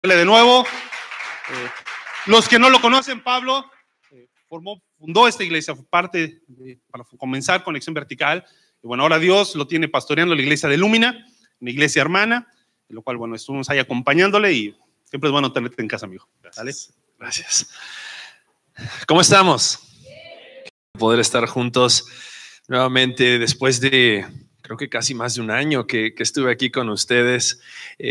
De nuevo, los que no lo conocen, Pablo fundó esta iglesia, fue parte para comenzar Conexión Vertical. Y bueno, ahora Dios lo tiene pastoreando la iglesia de Lumina, una iglesia hermana, en lo cual, bueno, estuvimos ahí acompañándole y siempre es bueno tenerte en casa, amigo. ¿Vale? Gracias. ¿Cómo estamos? Poder estar juntos nuevamente después de, creo que casi más de un año que estuve aquí con ustedes.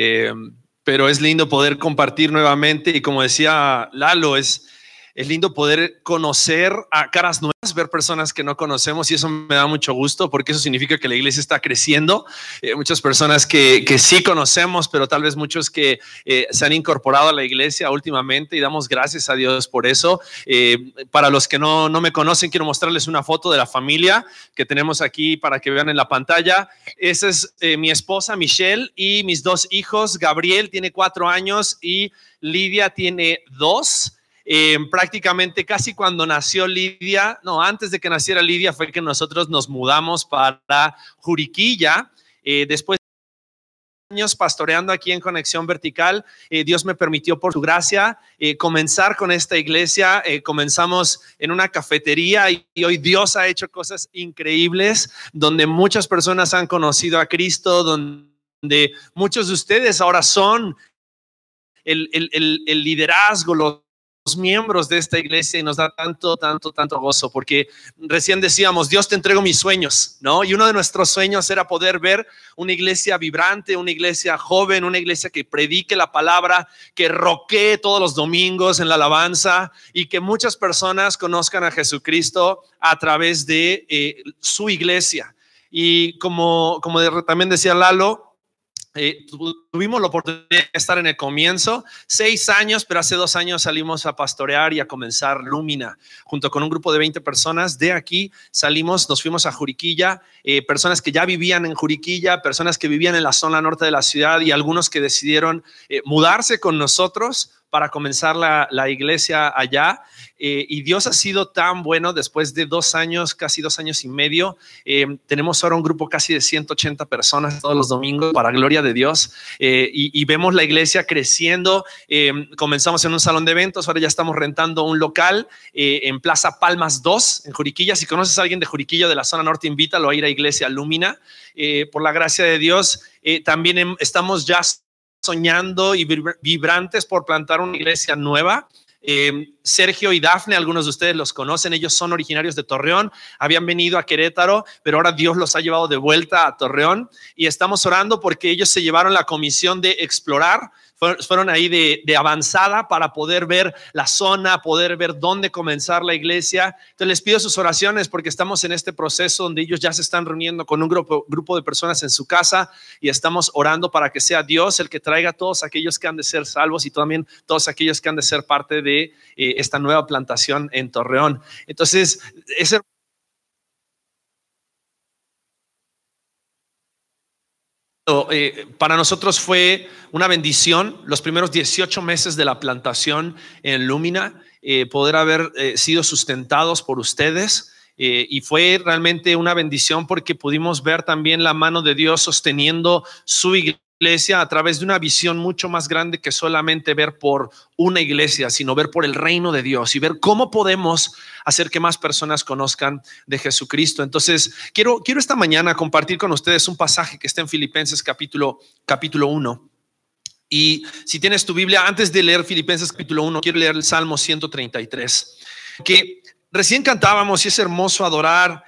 Pero es lindo poder compartir nuevamente y como decía Lalo, es lindo poder conocer a caras nuevas, ver personas que no conocemos y eso me da mucho gusto porque eso significa que la iglesia está creciendo. Muchas personas que sí conocemos, pero tal vez muchos que se han incorporado a la iglesia últimamente y damos gracias a Dios por eso. Para los que no me conocen, quiero mostrarles una foto de la familia que tenemos aquí para que vean en la pantalla. Esa es mi esposa Michelle y mis dos hijos. Gabriel tiene 4 años y Lidia tiene 2. Prácticamente casi cuando nació Lidia, no, antes de que naciera Lidia fue que nosotros nos mudamos para Juriquilla. Después de años pastoreando aquí en Conexión Vertical, Dios me permitió por su gracia comenzar con esta iglesia. Comenzamos en una cafetería y hoy Dios ha hecho cosas increíbles donde muchas personas han conocido a Cristo, donde muchos de ustedes ahora son el liderazgo, los miembros de esta iglesia y nos da tanto gozo porque recién decíamos, Dios te entrego mis sueños, ¿no? Y uno de nuestros sueños era poder ver una iglesia vibrante, una iglesia joven, una iglesia que predique la palabra, que roquee todos los domingos en la alabanza y que muchas personas conozcan a Jesucristo a través de su iglesia. Y como también decía Lalo, tuvimos la oportunidad de estar en el comienzo, 6 años, pero hace 2 años salimos a pastorear y a comenzar Lumina, junto con un grupo de 20 personas. De aquí salimos, nos fuimos a Juriquilla, personas que ya vivían en Juriquilla, personas que vivían en la zona norte de la ciudad y algunos que decidieron mudarse con nosotros para comenzar la iglesia allá. Y Dios ha sido tan bueno. Después de 2 años, casi 2 años y medio, tenemos ahora un grupo casi de 180 personas todos los domingos para gloria de Dios, y vemos la iglesia creciendo. Comenzamos en un salón de eventos, ahora ya estamos rentando un local en Plaza Palmas 2 en Juriquilla. Si conoces a alguien de Juriquilla, de la zona norte, invítalo a ir a Iglesia Lumina. Por la gracia de Dios, también estamos ya soñando y vibrantes por plantar una iglesia nueva. Sergio y Dafne, algunos de ustedes los conocen, ellos son originarios de Torreón, habían venido a Querétaro, pero ahora Dios los ha llevado de vuelta a Torreón y estamos orando porque ellos se llevaron la comisión de explorar, fueron ahí de avanzada para poder ver la zona, poder ver dónde comenzar la iglesia. Entonces les pido sus oraciones porque estamos en este proceso donde ellos ya se están reuniendo con un grupo de personas en su casa y estamos orando para que sea Dios el que traiga a todos aquellos que han de ser salvos y también todos aquellos que han de ser parte de esta nueva plantación en Torreón. Entonces, para nosotros fue una bendición los primeros 18 meses de la plantación en Lumina, poder haber sido sustentados por ustedes. Y fue realmente una bendición porque pudimos ver también la mano de Dios sosteniendo su iglesia a través de una visión mucho más grande que solamente ver por una iglesia, sino ver por el reino de Dios y ver cómo podemos hacer que más personas conozcan de Jesucristo. Entonces, quiero esta mañana compartir con ustedes un pasaje que está en Filipenses capítulo 1. Y si tienes tu Biblia, antes de leer Filipenses capítulo 1, quiero leer el Salmo 133, que recién cantábamos y es hermoso adorar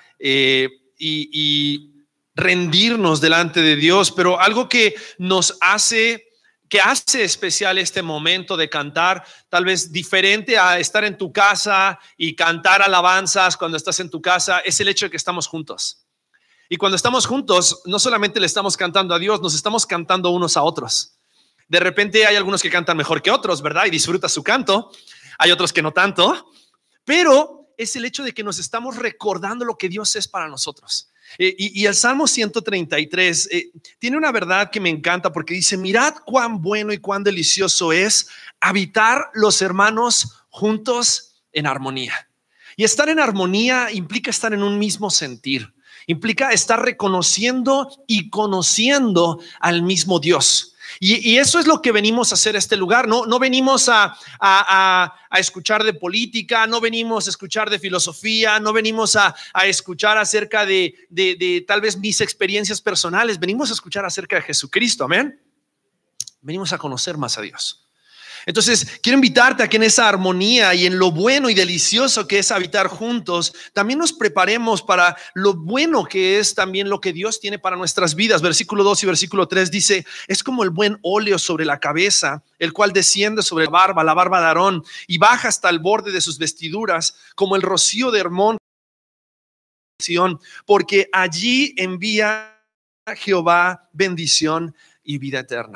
y rendirnos delante de Dios, pero algo que hace especial este momento de cantar, tal vez diferente a estar en tu casa y cantar alabanzas cuando estás en tu casa, es el hecho de que estamos juntos. Y cuando estamos juntos, no solamente le estamos cantando a Dios, nos estamos cantando unos a otros. De repente hay algunos que cantan mejor que otros, ¿verdad? Y disfruta su canto. Hay otros que no tanto, pero es el hecho de que nos estamos recordando lo que Dios es para nosotros. Y el Salmo 133 tiene una verdad que me encanta porque dice: mirad cuán bueno y cuán delicioso es habitar los hermanos juntos en armonía. Y estar en armonía implica estar en un mismo sentir, implica estar reconociendo y conociendo al mismo Dios. Y eso es lo que venimos a hacer a este lugar. No venimos a escuchar de política, no venimos a escuchar de filosofía, no venimos a escuchar acerca de tal vez mis experiencias personales. Venimos a escuchar acerca de Jesucristo, amén. Venimos a conocer más a Dios. Entonces, quiero invitarte a que en esa armonía y en lo bueno y delicioso que es habitar juntos, también nos preparemos para lo bueno que es también lo que Dios tiene para nuestras vidas. Versículo 2 y versículo 3 dice, es como el buen óleo sobre la cabeza, el cual desciende sobre la barba de Aarón, y baja hasta el borde de sus vestiduras, como el rocío de Hermón, porque allí envía a Jehová bendición y vida eterna.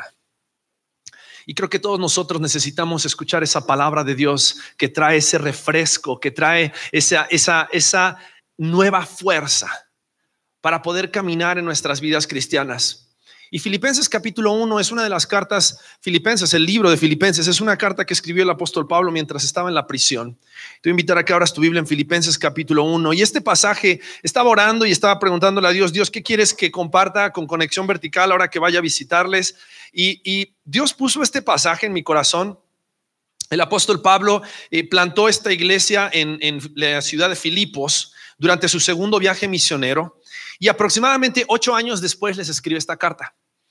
Y creo que todos nosotros necesitamos escuchar esa palabra de Dios que trae ese refresco, que trae esa nueva fuerza para poder caminar en nuestras vidas cristianas. Y Filipenses capítulo 1 es una de las cartas, Filipenses, el libro de Filipenses, es una carta que escribió el apóstol Pablo mientras estaba en la prisión. Te voy a invitar a que abras tu Biblia en Filipenses capítulo 1. Y este pasaje, estaba orando y estaba preguntándole a Dios, Dios, ¿qué quieres que comparta con Conexión Vertical ahora que vaya a visitarles? Y Dios puso este pasaje en mi corazón. El apóstol Pablo plantó esta iglesia en la ciudad de Filipos durante su segundo viaje misionero. Y aproximadamente 8 años después les escribe esta carta.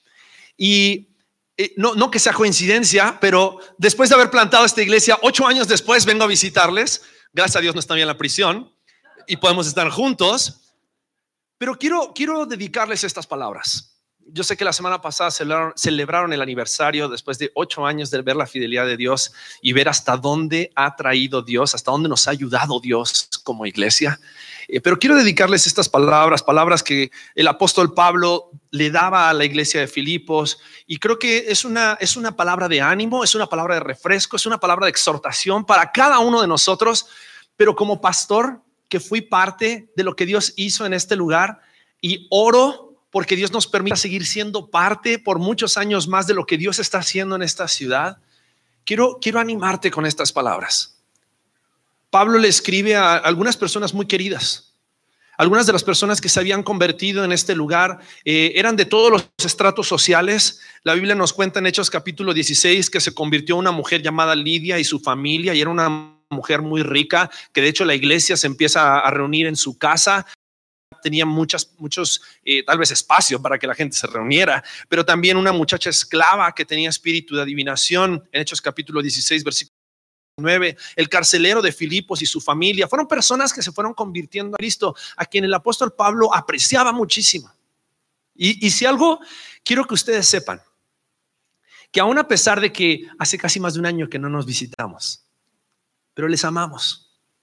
Y no que sea coincidencia, pero después de haber plantado esta iglesia, 8 años después vengo a visitarles. Gracias a Dios no están en la prisión y podemos estar juntos. Pero quiero dedicarles estas palabras. Yo sé que la semana pasada celebraron el aniversario después de 8 años de ver la fidelidad de Dios y ver hasta dónde ha traído Dios, hasta dónde nos ha ayudado Dios como iglesia. Pero quiero dedicarles estas palabras que el apóstol Pablo le daba a la iglesia de Filipos, y creo que es una palabra de ánimo, es una palabra de refresco, es una palabra de exhortación para cada uno de nosotros. Pero como pastor que fui parte de lo que Dios hizo en este lugar, y oro porque Dios nos permita seguir siendo parte por muchos años más de lo que Dios está haciendo en esta ciudad, quiero animarte con estas palabras. Pablo le escribe a algunas personas muy queridas. Algunas de las personas que se habían convertido en este lugar eran de todos los estratos sociales. La Biblia nos cuenta en Hechos capítulo 16 que se convirtió una mujer llamada Lidia y su familia, y era una mujer muy rica, que de hecho la iglesia se empieza a reunir en su casa. Tenía muchos tal vez espacio para que la gente se reuniera, pero también una muchacha esclava que tenía espíritu de adivinación. En Hechos capítulo 16 versículo 9, el carcelero de Filipos y su familia fueron personas que se fueron convirtiendo a Cristo, a quien el apóstol Pablo apreciaba muchísimo. Y si algo quiero que ustedes sepan, que aún a pesar de que hace casi más de un año que no nos visitamos, pero les amamos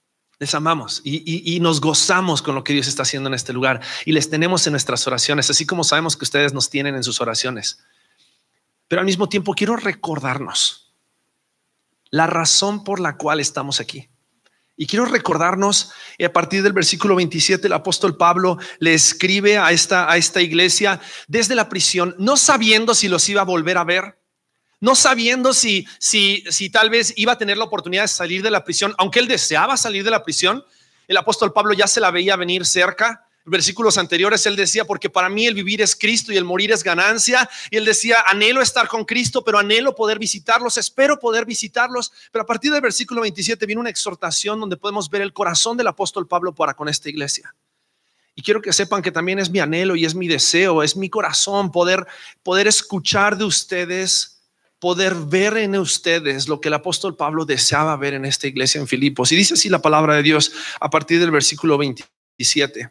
y nos gozamos con lo que Dios está haciendo en este lugar, y les tenemos en nuestras oraciones, así como sabemos que ustedes nos tienen en sus oraciones. Pero al mismo tiempo quiero recordarnos la razón por la cual estamos aquí. Y quiero recordarnos, a partir del versículo 27, el apóstol Pablo le escribe a esta iglesia desde la prisión, no sabiendo si los iba a volver a ver, no sabiendo si tal vez iba a tener la oportunidad de salir de la prisión, aunque él deseaba salir de la prisión. El apóstol Pablo ya se la veía venir cerca. En versículos anteriores él decía, porque para mí el vivir es Cristo y el morir es ganancia. Y él decía, anhelo estar con Cristo, pero anhelo poder visitarlos, espero poder visitarlos. Pero a partir del versículo 27 viene una exhortación donde podemos ver el corazón del apóstol Pablo para con esta iglesia. Y quiero que sepan que también es mi anhelo y es mi deseo, es mi corazón poder escuchar de ustedes, poder ver en ustedes lo que el apóstol Pablo deseaba ver en esta iglesia en Filipos. Y dice así la palabra de Dios a partir del versículo 27.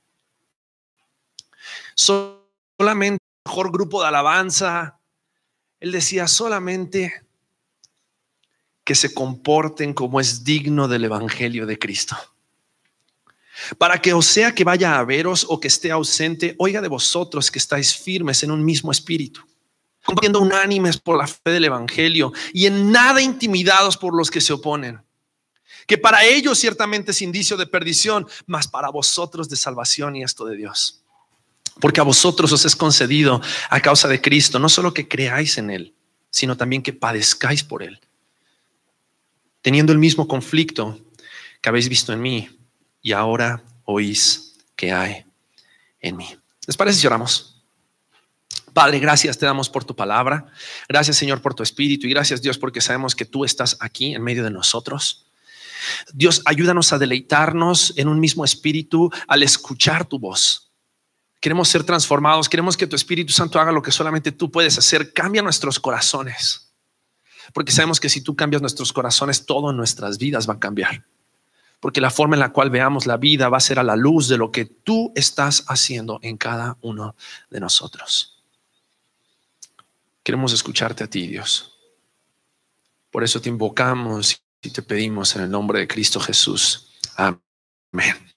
Solamente el mejor grupo de alabanza, él decía, solamente que se comporten como es digno del evangelio de Cristo, para que, o sea que vaya a veros o que esté ausente, oiga de vosotros que estáis firmes en un mismo espíritu, compartiendo unánimes por la fe del evangelio, y en nada intimidados por los que se oponen, que para ellos ciertamente es indicio de perdición, mas para vosotros de salvación, y esto de Dios. Porque a vosotros os es concedido a causa de Cristo, no solo que creáis en él, sino también que padezcáis por él, teniendo el mismo conflicto que habéis visto en mí y ahora oís que hay en mí. ¿Les parece si oramos? Padre, gracias te damos por tu palabra. Gracias, Señor, por tu espíritu. Y gracias, Dios, porque sabemos que tú estás aquí en medio de nosotros. Dios, ayúdanos a deleitarnos en un mismo espíritu al escuchar tu voz. Queremos ser transformados. Queremos que tu Espíritu Santo haga lo que solamente tú puedes hacer. Cambia nuestros corazones. Porque sabemos que si tú cambias nuestros corazones, todo en nuestras vidas va a cambiar. Porque la forma en la cual veamos la vida va a ser a la luz de lo que tú estás haciendo en cada uno de nosotros. Queremos escucharte a ti, Dios. Por eso te invocamos y te pedimos en el nombre de Cristo Jesús. Amén.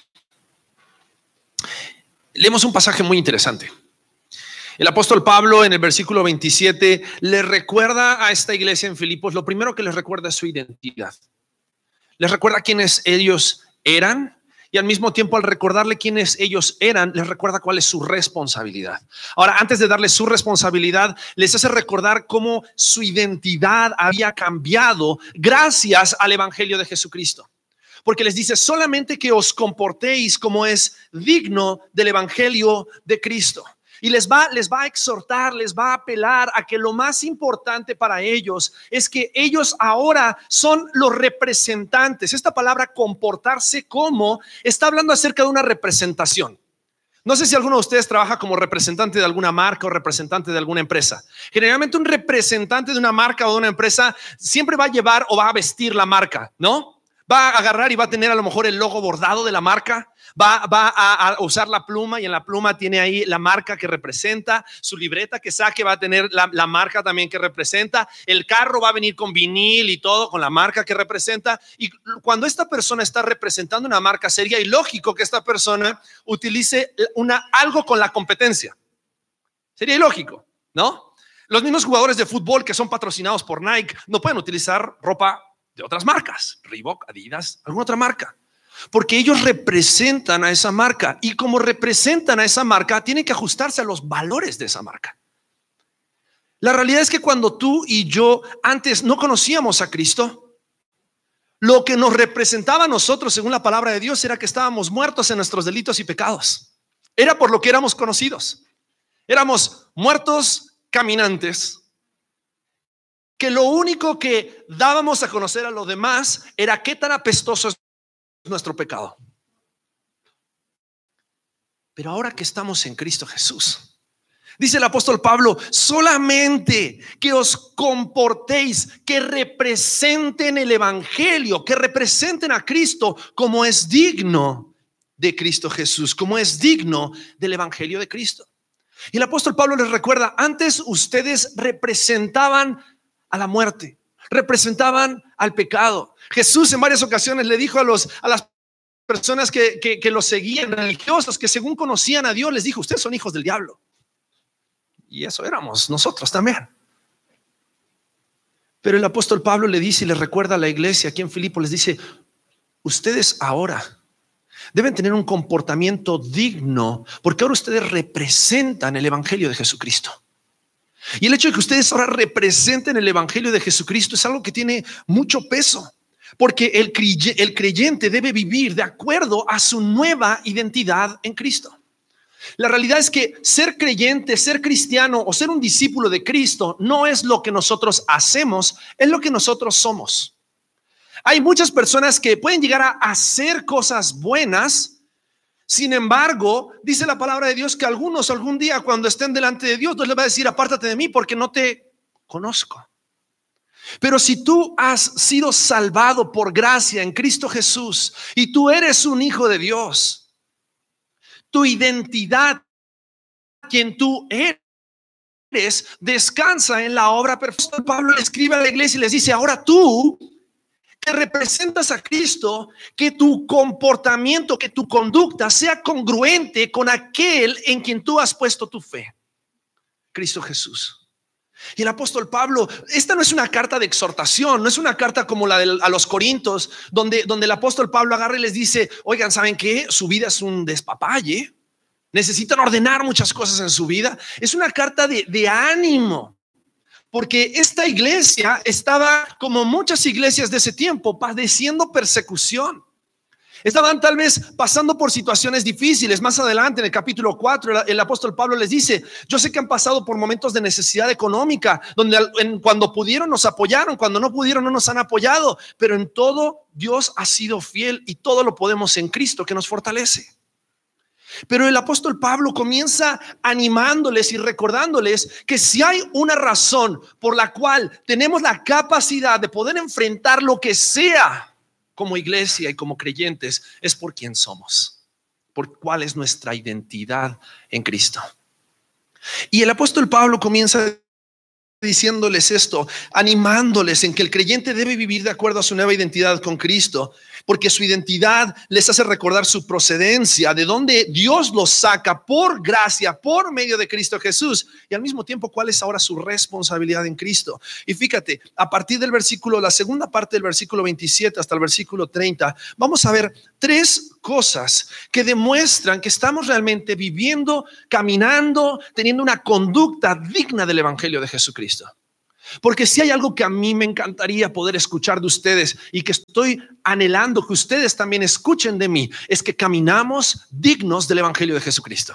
Leemos un pasaje muy interesante. El apóstol Pablo en el versículo 27 le recuerda a esta iglesia en Filipos, lo primero que les recuerda es su identidad. Les recuerda quiénes ellos eran y al mismo tiempo al recordarle quiénes ellos eran, les recuerda cuál es su responsabilidad. Ahora, antes de darles su responsabilidad, les hace recordar cómo su identidad había cambiado gracias al evangelio de Jesucristo. Porque les dice solamente que os comportéis como es digno del evangelio de Cristo. Y les va a exhortar, les va a apelar a que lo más importante para ellos es que ellos ahora son los representantes. Esta palabra comportarse como está hablando acerca de una representación. No sé si alguno de ustedes trabaja como representante de alguna marca o representante de alguna empresa. Generalmente un representante de una marca o de una empresa siempre va a llevar o va a vestir la marca, ¿no? Va a agarrar y va a tener a lo mejor el logo bordado de la marca, va a usar la pluma y en la pluma tiene ahí la marca que representa, su libreta que saque va a tener la marca también que representa, el carro va a venir con vinil y todo con la marca que representa. Y cuando esta persona está representando una marca, sería ilógico que esta persona utilice algo con la competencia. Sería ilógico, ¿no? Los mismos jugadores de fútbol que son patrocinados por Nike no pueden utilizar ropa de otras marcas, Reebok, Adidas, alguna otra marca, porque ellos representan a esa marca y como representan a esa marca, tienen que ajustarse a los valores de esa marca. La realidad es que cuando tú y yo antes no conocíamos a Cristo, lo que nos representaba a nosotros, según la palabra de Dios, era que estábamos muertos en nuestros delitos y pecados. Era por lo que éramos conocidos. Éramos muertos caminantes, que lo único que dábamos a conocer a los demás era qué tan apestoso es nuestro pecado. Pero ahora que estamos en Cristo Jesús, dice el apóstol Pablo, solamente que os comportéis, que representen el evangelio, que representen a Cristo como es digno de Cristo Jesús, como es digno del evangelio de Cristo. Y el apóstol Pablo les recuerda, antes ustedes representaban a la muerte, representaban al pecado. Jesús en varias ocasiones le dijo a las personas que lo seguían, religiosos, que según conocían a Dios, les dijo, ustedes son hijos del diablo. Y eso éramos nosotros también. Pero el apóstol Pablo le dice y le recuerda a la iglesia aquí en Filipos, les dice, ustedes ahora deben tener un comportamiento digno, porque ahora ustedes representan el evangelio de Jesucristo. Y el hecho de que ustedes ahora representen el evangelio de Jesucristo es algo que tiene mucho peso, porque el creyente debe vivir de acuerdo a su nueva identidad en Cristo. La realidad es que ser creyente, ser cristiano o ser un discípulo de Cristo no es lo que nosotros hacemos, es lo que nosotros somos. Hay muchas personas que pueden llegar a hacer cosas buenas. Sin embargo, dice la palabra de Dios que algunos algún día cuando estén delante de Dios, Dios les va a decir, apártate de mí porque no te conozco. Pero si tú has sido salvado por gracia en Cristo Jesús y tú eres un hijo de Dios, tu identidad, quien tú eres, descansa en la obra perfecta. Pablo le escribe a la iglesia y les dice, ahora tú que representas a Cristo, que tu comportamiento, que tu conducta sea congruente con aquel en quien tú has puesto tu fe, Cristo Jesús. Y el apóstol Pablo, esta no es una carta de exhortación, no es una carta como la a los Corintios, donde el apóstol Pablo agarra y les dice, oigan, ¿saben qué? Su vida es un despapalle, necesitan ordenar muchas cosas en su vida. Es una carta de ánimo. Porque esta iglesia estaba, como muchas iglesias de ese tiempo, padeciendo persecución. Estaban tal vez pasando por situaciones difíciles. Más adelante, en el capítulo 4, el apóstol Pablo les dice: yo sé que han pasado por momentos de necesidad económica, donde cuando pudieron nos apoyaron, cuando no pudieron no nos han apoyado, pero en todo Dios ha sido fiel y todo lo podemos en Cristo que nos fortalece. Pero el apóstol Pablo comienza animándoles y recordándoles que si hay una razón por la cual tenemos la capacidad de poder enfrentar lo que sea como iglesia y como creyentes, es por quién somos, por cuál es nuestra identidad en Cristo. Y el apóstol Pablo comienza diciéndoles esto, animándoles en que el creyente debe vivir de acuerdo a su nueva identidad con Cristo, porque su identidad les hace recordar su procedencia, de donde Dios los saca por gracia, por medio de Cristo Jesús, y al mismo tiempo cuál es ahora su responsabilidad en Cristo. Y fíjate, a partir del versículo, la segunda parte del versículo 27 hasta el versículo 30, vamos a ver tres cosas que demuestran que estamos realmente viviendo, caminando, teniendo una conducta digna del evangelio de Jesucristo. Porque si hay algo que a mí me encantaría poder escuchar de ustedes y que estoy anhelando que ustedes también escuchen de mí, es que caminamos dignos del evangelio de Jesucristo.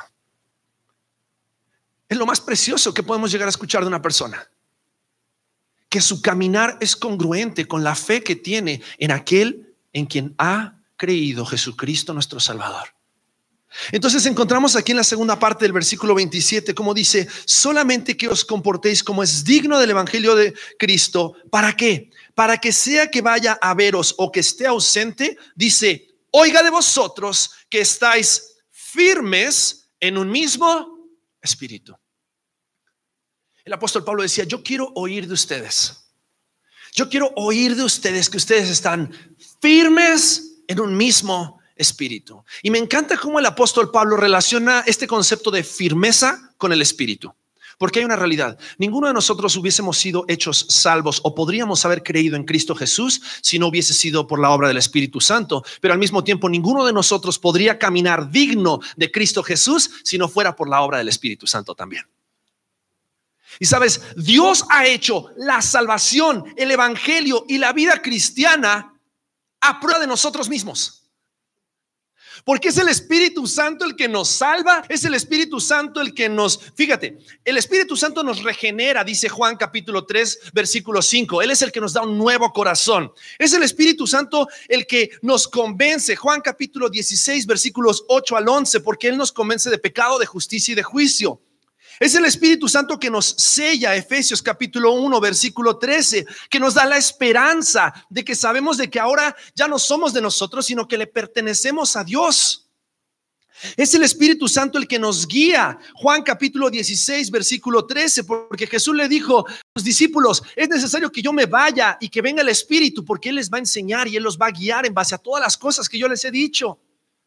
Es lo más precioso que podemos llegar a escuchar de una persona, que su caminar es congruente con la fe que tiene en aquel en quien ha creído, Jesucristo nuestro Salvador. Entonces encontramos aquí en la segunda parte del versículo 27 como dice: solamente que os comportéis como es digno del evangelio de Cristo. ¿Para qué? Para que sea que vaya a veros o que esté ausente, dice, oiga de vosotros que estáis firmes en un mismo espíritu. El apóstol Pablo decía: yo quiero oír de ustedes. Yo quiero oír de ustedes que ustedes están firmes en un mismo espíritu. Y me encanta cómo el apóstol Pablo relaciona este concepto de firmeza con el espíritu. Porque hay una realidad: ninguno de nosotros hubiésemos sido hechos salvos o podríamos haber creído en Cristo Jesús si no hubiese sido por la obra del Espíritu Santo. Pero al mismo tiempo ninguno de nosotros podría caminar digno de Cristo Jesús si no fuera por la obra del Espíritu Santo también. Y sabes, Dios ha hecho la salvación, el evangelio y la vida cristiana a prueba de nosotros mismos. Porque es el Espíritu Santo el que nos salva, es el Espíritu Santo el que nos, fíjate, el Espíritu Santo nos regenera, dice Juan capítulo 3, versículo 5. Él es el que nos da un nuevo corazón. Es el Espíritu Santo el que nos convence, Juan capítulo 16, versículos 8 al 11, porque Él nos convence de pecado, de justicia y de juicio. Es el Espíritu Santo que nos sella, Efesios capítulo 1, versículo 13, que nos da la esperanza de que sabemos de que ahora ya no somos de nosotros, sino que le pertenecemos a Dios. Es el Espíritu Santo el que nos guía, Juan capítulo 16, versículo 13, porque Jesús le dijo a los discípulos: es necesario que yo me vaya y que venga el Espíritu, porque Él les va a enseñar y Él los va a guiar en base a todas las cosas que yo les he dicho.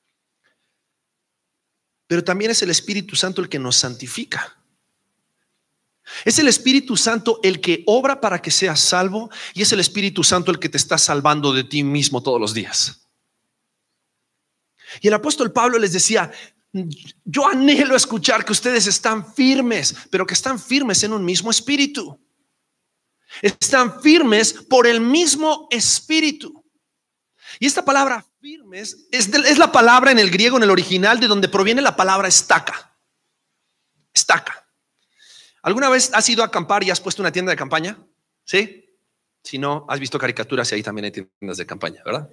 Pero también es el Espíritu Santo el que nos santifica. Es el Espíritu Santo el que obra para que seas salvo, y es el Espíritu Santo el que te está salvando de ti mismo todos los días. Y el apóstol Pablo les decía: yo anhelo escuchar que ustedes están firmes, pero que están firmes en un mismo espíritu. Están firmes por el mismo espíritu. Y esta palabra firmes es la palabra en el griego, en el original, de donde proviene la palabra estaca. Estaca. ¿Alguna vez has ido a acampar y has puesto una tienda de campaña? ¿Sí? Si no, has visto caricaturas y ahí también hay tiendas de campaña, ¿verdad?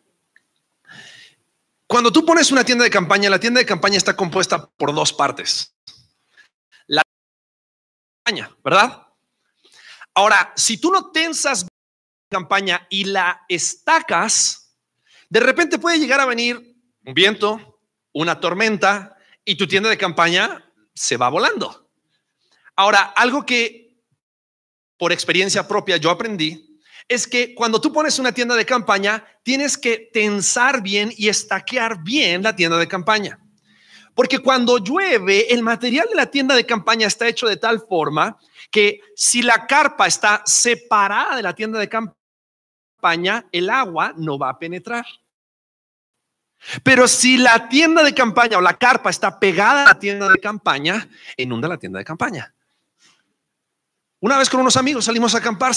Cuando tú pones una tienda de campaña, la tienda de campaña está compuesta por dos partes. La campaña, ¿verdad? Ahora, si tú no tensas la campaña y la estacas, de repente puede llegar a venir un viento, una tormenta, y tu tienda de campaña se va volando. Ahora, algo que por experiencia propia yo aprendí es que cuando tú pones una tienda de campaña, tienes que tensar bien y estaquear bien la tienda de campaña. Porque cuando llueve, el material de la tienda de campaña está hecho de tal forma que si la carpa está separada de la tienda de campaña, el agua no va a penetrar. Pero si la tienda de campaña o la carpa está pegada a la tienda de campaña, inunda la tienda de campaña. Una vez con unos amigos salimos a acampar, se nos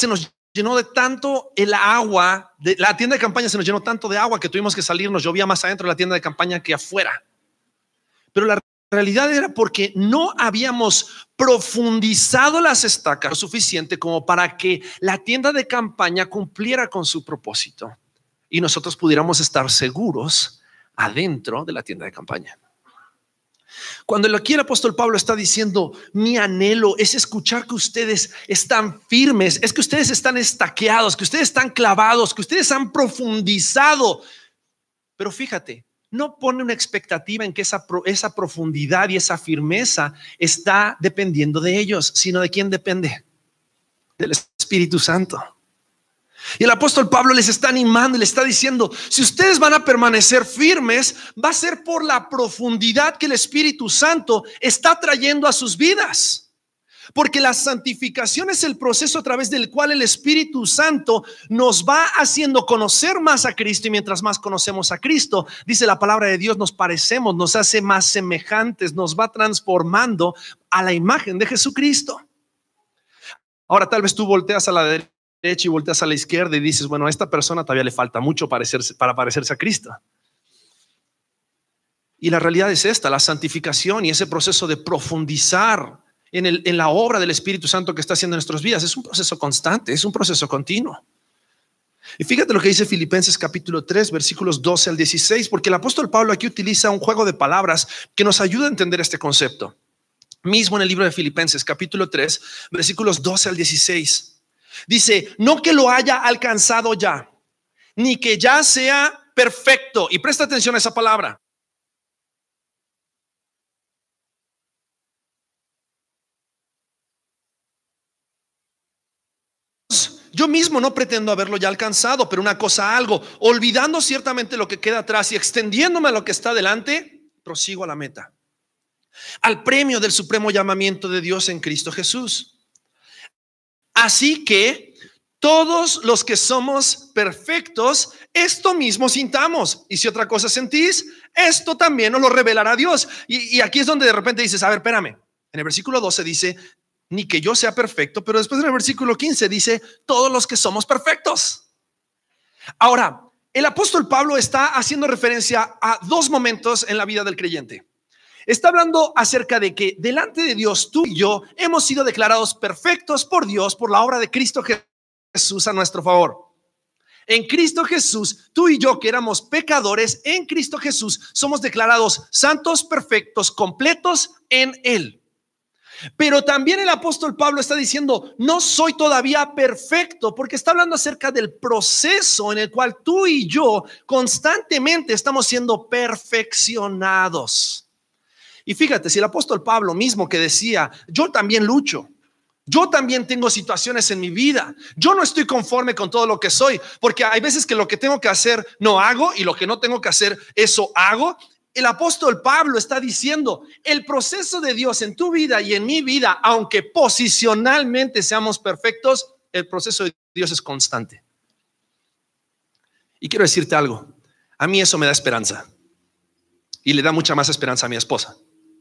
llenó de tanto el agua, la tienda de campaña se nos llenó tanto de agua que tuvimos que salir, nos llovía más adentro de la tienda de campaña que afuera. Pero la realidad era porque no habíamos profundizado las estacas lo suficiente como para que la tienda de campaña cumpliera con su propósito y nosotros pudiéramos estar seguros adentro de la tienda de campaña. Cuando aquí el apóstol Pablo está diciendo, mi anhelo es escuchar que ustedes están firmes, es que ustedes están estaqueados, que ustedes están clavados, que ustedes han profundizado. Pero fíjate, no pone una expectativa en que esa profundidad y esa firmeza está dependiendo de ellos, sino de quién depende, del Espíritu Santo. Y el apóstol Pablo les está animando y les está diciendo, si ustedes van a permanecer firmes, va a ser por la profundidad que el Espíritu Santo está trayendo a sus vidas. Porque la santificación es el proceso a través del cual el Espíritu Santo nos va haciendo conocer más a Cristo, y mientras más conocemos a Cristo, dice la palabra de Dios, nos parecemos, nos hace más semejantes, nos va transformando a la imagen de Jesucristo. Ahora tal vez tú volteas a la derecha y volteas a la izquierda y dices, bueno, a esta persona todavía le falta mucho para parecerse a Cristo. Y la realidad es esta, la santificación y ese proceso de profundizar en la obra del Espíritu Santo que está haciendo en nuestras vidas es un proceso constante, es un proceso continuo. Y fíjate lo que dice Filipenses capítulo 3 versículos 12 al 16, porque el apóstol Pablo aquí utiliza un juego de palabras que nos ayuda a entender este concepto. Mismo en el libro de Filipenses capítulo 3 versículos 12 al 16. Dice, no que lo haya alcanzado ya, ni que ya sea perfecto. Y presta atención a esa palabra. Yo mismo no pretendo haberlo ya alcanzado, pero una cosa hago, olvidando ciertamente lo que queda atrás y extendiéndome a lo que está delante, prosigo a la meta, al premio del supremo llamamiento de Dios en Cristo Jesús. Así que todos los que somos perfectos, esto mismo sintamos. Y si otra cosa sentís, esto también nos lo revelará Dios. Y aquí es donde de repente dices, a ver, espérame. En el versículo 12 dice, ni que yo sea perfecto, pero después en el versículo 15 dice, todos los que somos perfectos. Ahora, el apóstol Pablo está haciendo referencia a dos momentos en la vida del creyente. Está hablando acerca de que delante de Dios tú y yo hemos sido declarados perfectos por Dios por la obra de Cristo Jesús a nuestro favor. En Cristo Jesús, tú y yo que éramos pecadores, en Cristo Jesús somos declarados santos, perfectos, completos en Él. Pero también el apóstol Pablo está diciendo, no soy todavía perfecto, porque está hablando acerca del proceso en el cual tú y yo constantemente estamos siendo perfeccionados. Y fíjate, si el apóstol Pablo mismo que decía, yo también lucho, yo también tengo situaciones en mi vida, yo no estoy conforme con todo lo que soy, porque hay veces que lo que tengo que hacer no hago y lo que no tengo que hacer, eso hago. El apóstol Pablo está diciendo, el proceso de Dios en tu vida y en mi vida, aunque posicionalmente seamos perfectos, el proceso de Dios es constante. Y quiero decirte algo, a mí eso me da esperanza y le da mucha más esperanza a mi esposa.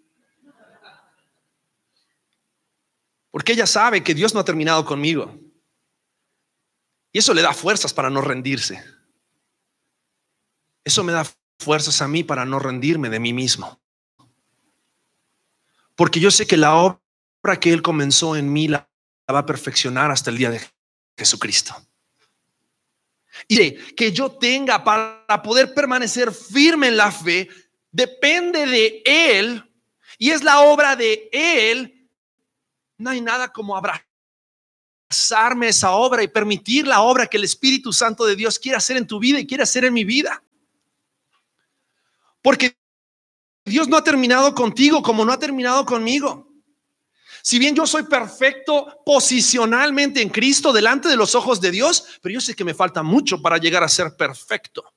Porque ella sabe que Dios no ha terminado conmigo. Y eso le da fuerzas para no rendirse. Eso me da fuerzas a mí para no rendirme de mí mismo. Porque yo sé que la obra que Él comenzó en mí la va a perfeccionar hasta el día de Jesucristo. Y que yo tenga para poder permanecer firme en la fe, depende de Él y es la obra de Él. No hay nada como abrazarme esa obra y permitir la obra que el Espíritu Santo de Dios quiere hacer en tu vida y quiere hacer en mi vida. Porque Dios no ha terminado contigo como no ha terminado conmigo. Si bien yo soy perfecto posicionalmente en Cristo delante de los ojos de Dios, pero yo sé que me falta mucho para llegar a ser perfecto.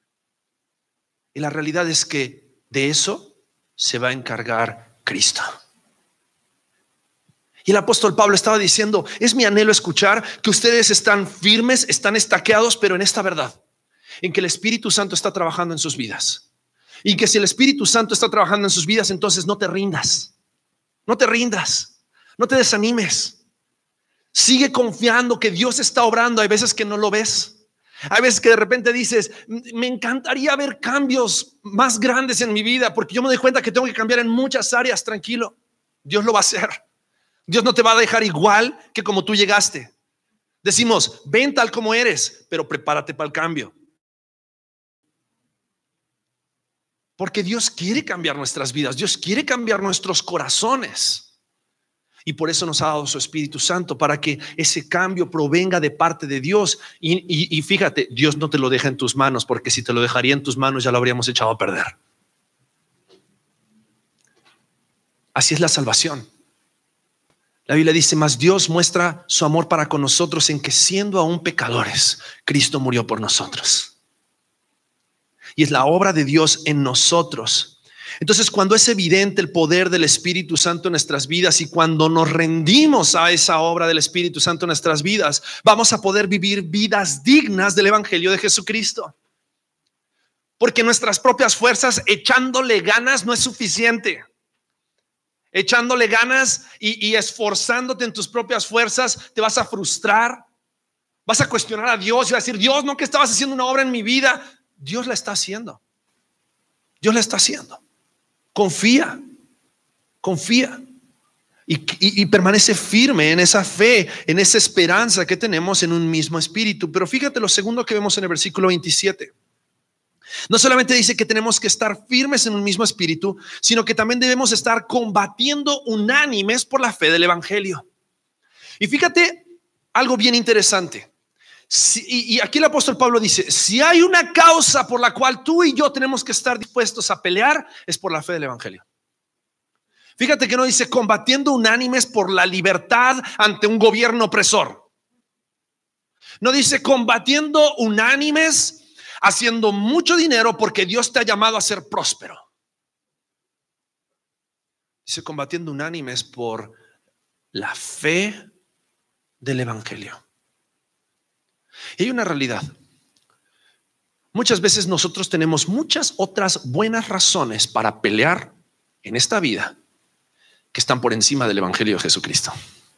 Y la realidad es que de eso se va a encargar Cristo. Y el apóstol Pablo estaba diciendo, es mi anhelo escuchar que ustedes están firmes, están estaqueados, pero en esta verdad, en que el Espíritu Santo está trabajando en sus vidas. Y que si el Espíritu Santo está trabajando en sus vidas, entonces no te rindas, no te rindas, no te desanimes. Sigue confiando que Dios está obrando. Hay veces que no lo ves. Hay veces que de repente dices, me encantaría ver cambios más grandes en mi vida, porque yo me doy cuenta que tengo que cambiar en muchas áreas. Tranquilo, Dios lo va a hacer. Dios no te va a dejar igual que como tú llegaste. Decimos, ven tal como eres, pero prepárate para el cambio. Porque Dios quiere cambiar nuestras vidas. Dios quiere cambiar nuestros corazones. Y por eso nos ha dado su Espíritu Santo, para que ese cambio provenga de parte de Dios. Y fíjate, Dios no te lo deja en tus manos, porque si te lo dejaría en tus manos ya lo habríamos echado a perder. Así es la salvación. La Biblia dice, mas Dios muestra su amor para con nosotros en que, siendo aún pecadores, Cristo murió por nosotros. Y es la obra de Dios en nosotros. Entonces, cuando es evidente el poder del Espíritu Santo en nuestras vidas, y cuando nos rendimos a esa obra del Espíritu Santo en nuestras vidas, vamos a poder vivir vidas dignas del Evangelio de Jesucristo. Porque nuestras propias fuerzas, echándole ganas, no es suficiente. Echándole ganas y esforzándote en tus propias fuerzas, te vas a frustrar. Vas a cuestionar a Dios y vas a decir, Dios, ¿no que estabas haciendo una obra en mi vida? Dios la está haciendo. Dios la está haciendo. Confía, confía y permanece firme en esa fe, en esa esperanza que tenemos en un mismo espíritu. Pero fíjate lo segundo que vemos en el versículo 27. No solamente dice que tenemos que estar firmes en un mismo espíritu, sino que también debemos estar combatiendo unánimes por la fe del Evangelio. Y fíjate algo bien interesante. Y aquí el apóstol Pablo dice, si hay una causa por la cual tú y yo tenemos que estar dispuestos a pelear, es por la fe del Evangelio. Fíjate que no dice combatiendo unánimes por la libertad ante un gobierno opresor. No dice combatiendo unánimes haciendo mucho dinero porque Dios te ha llamado a ser próspero. Dice combatiendo unánimes por la fe del Evangelio. Y hay una realidad. Muchas veces nosotros tenemos muchas otras buenas razones para pelear en esta vida que están por encima del Evangelio de Jesucristo.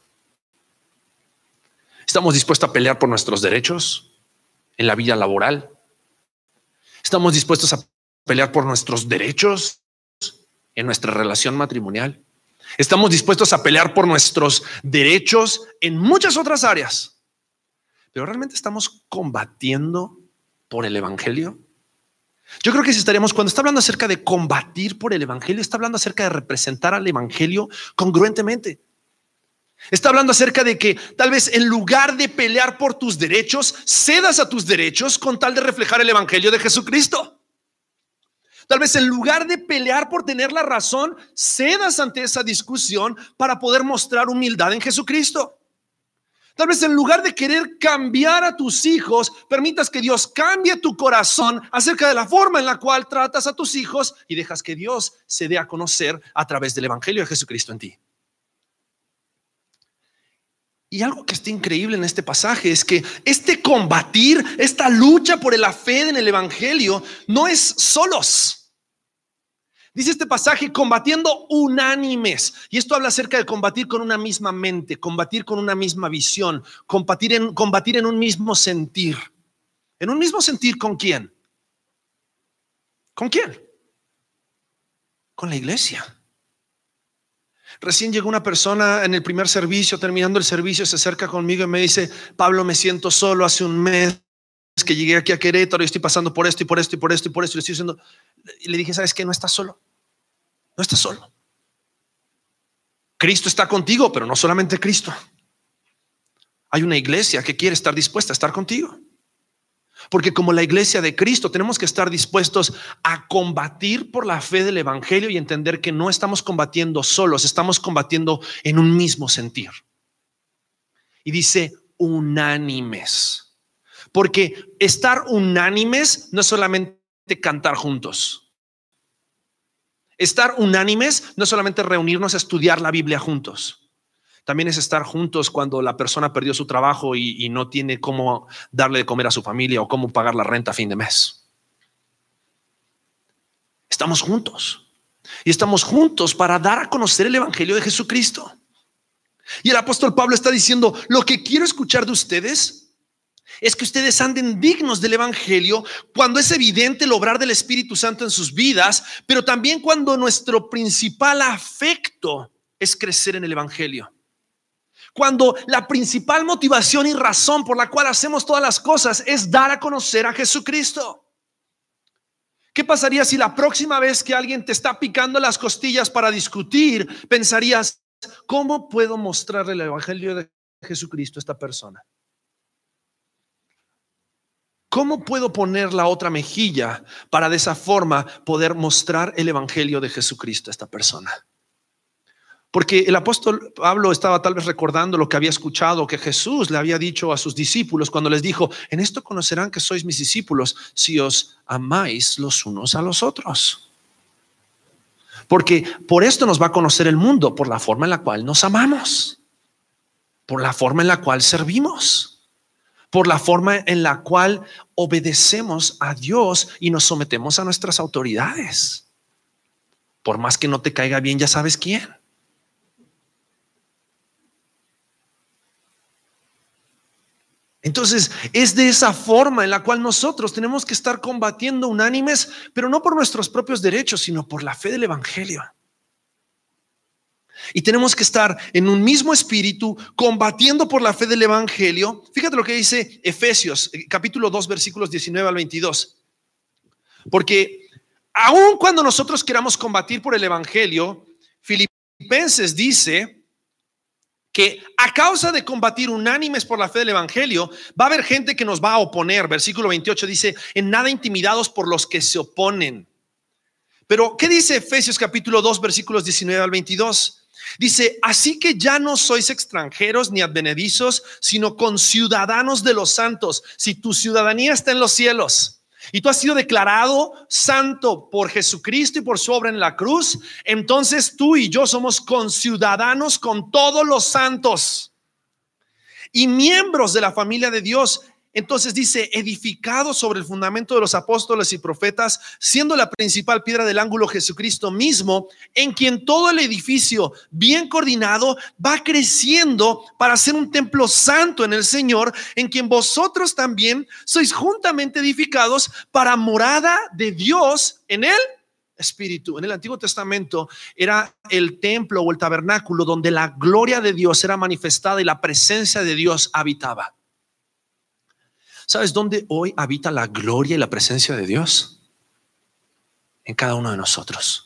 Estamos dispuestos a pelear por nuestros derechos en la vida laboral. Estamos dispuestos a pelear por nuestros derechos en nuestra relación matrimonial. Estamos dispuestos a pelear por nuestros derechos en muchas otras áreas. Pero ¿realmente estamos combatiendo por el Evangelio? Yo creo que si estaríamos, cuando está hablando acerca de combatir por el Evangelio, está hablando acerca de representar al Evangelio congruentemente. Está hablando acerca de que tal vez en lugar de pelear por tus derechos, cedas a tus derechos con tal de reflejar el Evangelio de Jesucristo. Tal vez en lugar de pelear por tener la razón, cedas ante esa discusión para poder mostrar humildad en Jesucristo. Tal vez en lugar de querer cambiar a tus hijos, permitas que Dios cambie tu corazón acerca de la forma en la cual tratas a tus hijos y dejas que Dios se dé a conocer a través del Evangelio de Jesucristo en ti. Y algo que está increíble en este pasaje es que este combatir, esta lucha por la fe en el Evangelio no es solos. Dice este pasaje, combatiendo unánimes. Y esto habla acerca de combatir con una misma mente, combatir con una misma visión, combatir en un mismo sentir. ¿En un mismo sentir con quién? ¿Con quién? Con la iglesia. Recién llegó una persona en el primer servicio, terminando el servicio, se acerca conmigo y me dice, Pablo, me siento solo, hace un mes que llegué aquí a Querétaro y estoy pasando por esto y por esto y por esto y por esto. Y le dije, ¿sabes qué? No estás solo. No estás solo. Cristo está contigo, pero no solamente Cristo. Hay una iglesia que quiere estar dispuesta a estar contigo. Porque como la iglesia de Cristo tenemos que estar dispuestos a combatir por la fe del Evangelio y entender que no estamos combatiendo solos, estamos combatiendo en un mismo sentir. Y dice unánimes. Porque estar unánimes no es solamente cantar juntos. Estar unánimes no es solamente reunirnos a estudiar la Biblia juntos. También es estar juntos cuando la persona perdió su trabajo y no tiene cómo darle de comer a su familia o cómo pagar la renta a fin de mes. Estamos juntos. Y estamos juntos para dar a conocer el Evangelio de Jesucristo. Y el apóstol Pablo está diciendo, lo que quiero escuchar de ustedes es que ustedes anden dignos del evangelio cuando es evidente el obrar del Espíritu Santo en sus vidas, pero también cuando nuestro principal afecto es crecer en el evangelio. Cuando la principal motivación y razón por la cual hacemos todas las cosas es dar a conocer a Jesucristo. ¿Qué pasaría si la próxima vez que alguien te está picando las costillas para discutir, pensarías, ¿cómo puedo mostrarle el evangelio de Jesucristo a esta persona? ¿Cómo puedo poner la otra mejilla para de esa forma poder mostrar el evangelio de Jesucristo a esta persona? Porque el apóstol Pablo estaba tal vez recordando lo que había escuchado que Jesús le había dicho a sus discípulos cuando les dijo, en esto conocerán que sois mis discípulos si os amáis los unos a los otros. Porque por esto nos va a conocer el mundo, por la forma en la cual nos amamos, por la forma en la cual servimos, por la forma en la cual obedecemos a Dios y nos sometemos a nuestras autoridades. Por más que no te caiga bien, ya sabes quién. Entonces es de esa forma en la cual nosotros tenemos que estar combatiendo unánimes, pero no por nuestros propios derechos, sino por la fe del evangelio. Y tenemos que estar en un mismo espíritu, combatiendo por la fe del evangelio. Fíjate lo que dice Efesios, capítulo 2, versículos 19 al 22. Porque aun cuando nosotros queramos combatir por el evangelio, Filipenses dice que a causa de combatir unánimes por la fe del evangelio, va a haber gente que nos va a oponer. Versículo 28 dice, en nada intimidados por los que se oponen. Pero ¿qué dice Efesios capítulo 2, versículos 19 al 22? Dice, así que ya no sois extranjeros ni advenedizos, sino conciudadanos de los santos. Si tu ciudadanía está en los cielos y tú has sido declarado santo por Jesucristo y por su obra en la cruz, entonces tú y yo somos conciudadanos con todos los santos y miembros de la familia de Dios. Entonces dice, edificado sobre el fundamento de los apóstoles y profetas, siendo la principal piedra del ángulo Jesucristo mismo, en quien todo el edificio bien coordinado va creciendo para ser un templo santo en el Señor, en quien vosotros también sois juntamente edificados para morada de Dios en el Espíritu. En el Antiguo Testamento era el templo o el tabernáculo donde la gloria de Dios era manifestada y la presencia de Dios habitaba. ¿Sabes dónde hoy habita la gloria y la presencia de Dios? En cada uno de nosotros.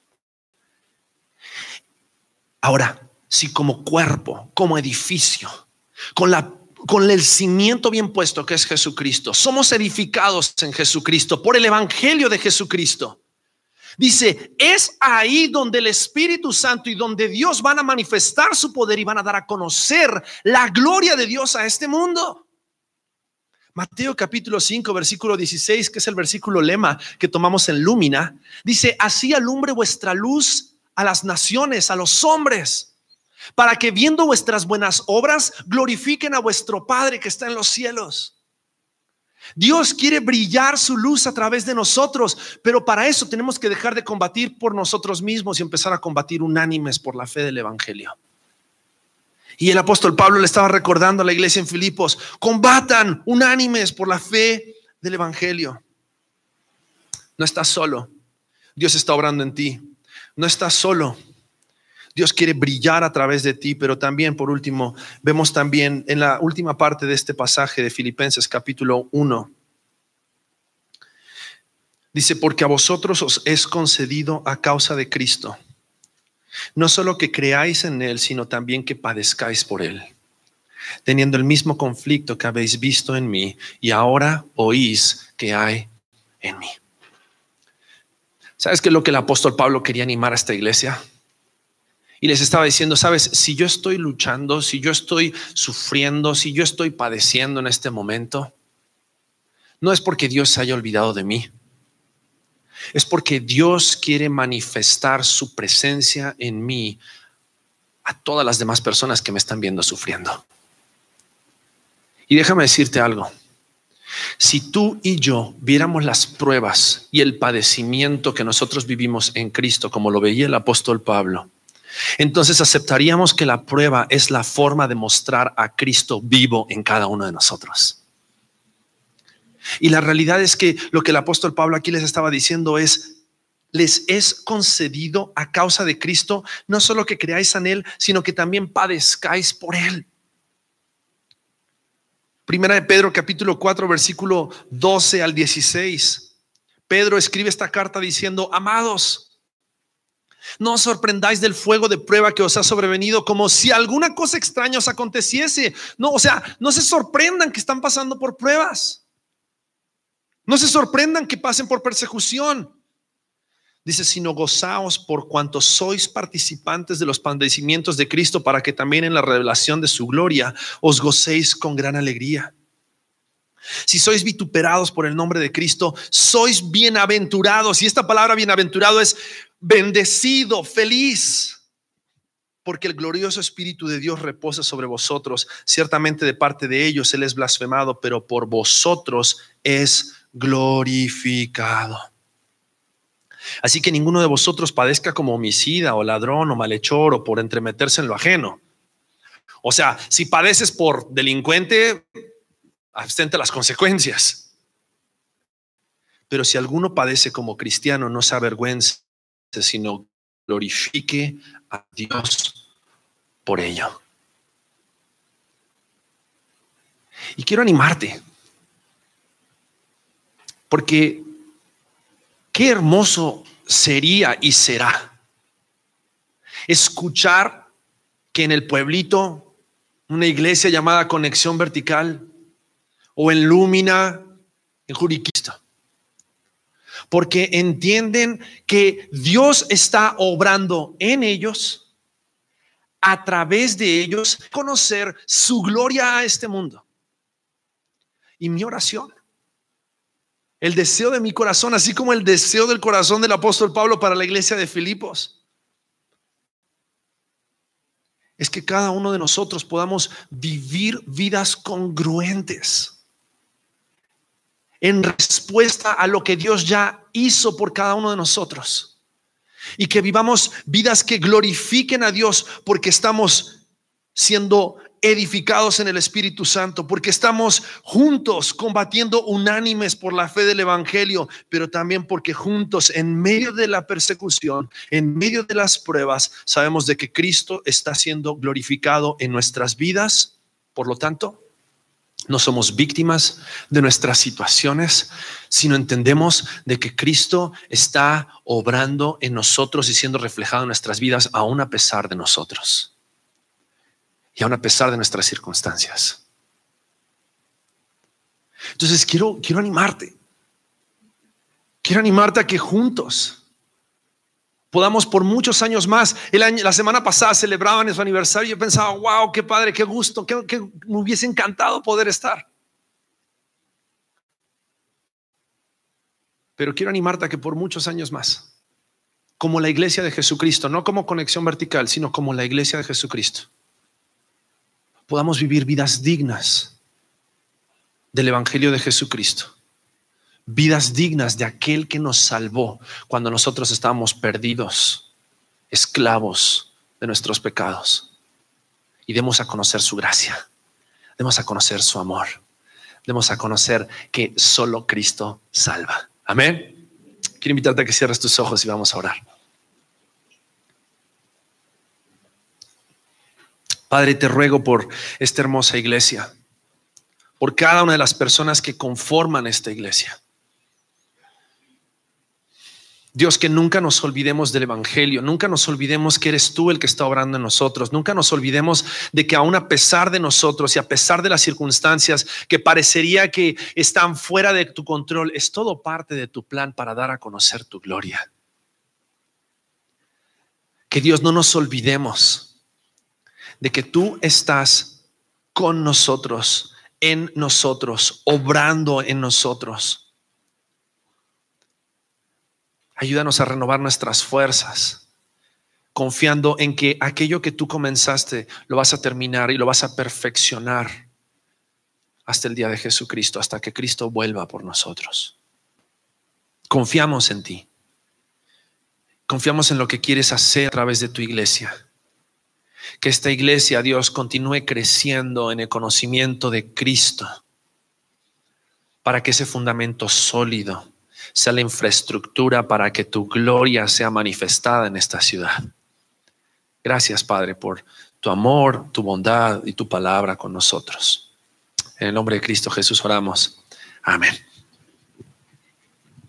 Ahora, si como cuerpo, como edificio, con el cimiento bien puesto que es Jesucristo, somos edificados en Jesucristo por el evangelio de Jesucristo, dice, es ahí donde el Espíritu Santo y donde Dios van a manifestar su poder y van a dar a conocer la gloria de Dios a este mundo. Mateo capítulo 5 versículo 16, que es el versículo lema que tomamos en Lumina, dice, así alumbre vuestra luz a las naciones, a los hombres, para que viendo vuestras buenas obras glorifiquen a vuestro Padre que está en los cielos. Dios quiere brillar su luz a través de nosotros, pero para eso tenemos que dejar de combatir por nosotros mismos y empezar a combatir unánimes por la fe del evangelio. Y el apóstol Pablo le estaba recordando a la iglesia en Filipos, combatan unánimes por la fe del evangelio. No estás solo, Dios está obrando en ti. No estás solo, Dios quiere brillar a través de ti. Pero también, por último, vemos también en la última parte de este pasaje de Filipenses capítulo 1, dice, porque a vosotros os es concedido a causa de Cristo, no solo que creáis en Él, sino también que padezcáis por Él, teniendo el mismo conflicto que habéis visto en mí y ahora oís que hay en mí. ¿Sabes qué es lo que el apóstol Pablo quería animar a esta iglesia? Y les estaba diciendo, sabes, si yo estoy luchando, si yo estoy sufriendo, si yo estoy padeciendo en este momento, no es porque Dios se haya olvidado de mí. Es porque Dios quiere manifestar su presencia en mí a todas las demás personas que me están viendo sufriendo. Y déjame decirte algo. Si tú y yo viéramos las pruebas y el padecimiento que nosotros vivimos en Cristo, como lo veía el apóstol Pablo, entonces aceptaríamos que la prueba es la forma de mostrar a Cristo vivo en cada uno de nosotros. Y la realidad es que lo que el apóstol Pablo aquí les estaba diciendo es: les es concedido a causa de Cristo no solo que creáis en Él, sino que también padezcáis por Él. Primera de Pedro capítulo 4 versículo 12 al 16. Pedro escribe esta carta diciendo: amados, no os sorprendáis del fuego de prueba que os ha sobrevenido como si alguna cosa extraña os aconteciese. No, o sea, no se sorprendan que están pasando por pruebas. No se sorprendan que pasen por persecución. Dice: sino gozaos por cuanto sois participantes de los padecimientos de Cristo, para que también en la revelación de su gloria os gocéis con gran alegría. Si sois vituperados por el nombre de Cristo, sois bienaventurados. Y esta palabra bienaventurado es bendecido, feliz, porque el glorioso Espíritu de Dios reposa sobre vosotros. Ciertamente de parte de ellos Él es blasfemado, pero por vosotros es glorificado. Así que ninguno de vosotros padezca como homicida o ladrón o malhechor o por entremeterse en lo ajeno. O sea, si padeces por delincuente, abstente las consecuencias. Pero si alguno padece como cristiano, no se avergüence, sino glorifique a Dios por ello. Y quiero animarte, porque qué hermoso sería y será escuchar que en el pueblito, una iglesia llamada Conexión Vertical, o en Lumina, en Juriquista, porque entienden que Dios está obrando en ellos, a través de ellos, conocer su gloria a este mundo. Y mi oración, el deseo de mi corazón, así como el deseo del corazón del apóstol Pablo para la iglesia de Filipos, es que cada uno de nosotros podamos vivir vidas congruentes en respuesta a lo que Dios ya hizo por cada uno de nosotros, y que vivamos vidas que glorifiquen a Dios, porque estamos siendo edificados en el Espíritu Santo, porque estamos juntos combatiendo unánimes por la fe del Evangelio, pero también porque juntos, en medio de la persecución, en medio de las pruebas, sabemos de que Cristo está siendo glorificado en nuestras vidas. Por lo tanto, no somos víctimas de nuestras situaciones, sino entendemos de que Cristo está obrando en nosotros y siendo reflejado en nuestras vidas, aún a pesar de nosotros y aún a pesar de nuestras circunstancias. Entonces quiero animarte. Quiero animarte a que juntos podamos por muchos años más. La semana pasada celebraban su aniversario y yo pensaba: wow, qué padre, qué gusto, que me hubiese encantado poder estar. Pero quiero animarte a que por muchos años más, como la iglesia de Jesucristo, no como Conexión Vertical, sino como la iglesia de Jesucristo, podamos vivir vidas dignas del Evangelio de Jesucristo. Vidas dignas de aquel que nos salvó cuando nosotros estábamos perdidos, esclavos de nuestros pecados. Y demos a conocer su gracia, demos a conocer su amor, demos a conocer que solo Cristo salva. Amén. Quiero invitarte a que cierres tus ojos y vamos a orar. Padre, te ruego por esta hermosa iglesia, por cada una de las personas que conforman esta iglesia. Dios, que nunca nos olvidemos del Evangelio, nunca nos olvidemos que eres tú el que está obrando en nosotros, nunca nos olvidemos de que aún a pesar de nosotros y a pesar de las circunstancias que parecería que están fuera de tu control, es todo parte de tu plan para dar a conocer tu gloria. Que Dios, no nos olvidemos de que tú estás con nosotros, en nosotros, obrando en nosotros. Ayúdanos a renovar nuestras fuerzas, confiando en que aquello que tú comenzaste lo vas a terminar y lo vas a perfeccionar hasta el día de Jesucristo, hasta que Cristo vuelva por nosotros. Confiamos en ti. Confiamos en lo que quieres hacer a través de tu iglesia. Que esta iglesia, Dios, continúe creciendo en el conocimiento de Cristo, para que ese fundamento sólido sea la infraestructura para que tu gloria sea manifestada en esta ciudad. Gracias, Padre, por tu amor, tu bondad y tu palabra con nosotros. En el nombre de Cristo Jesús oramos. Amén.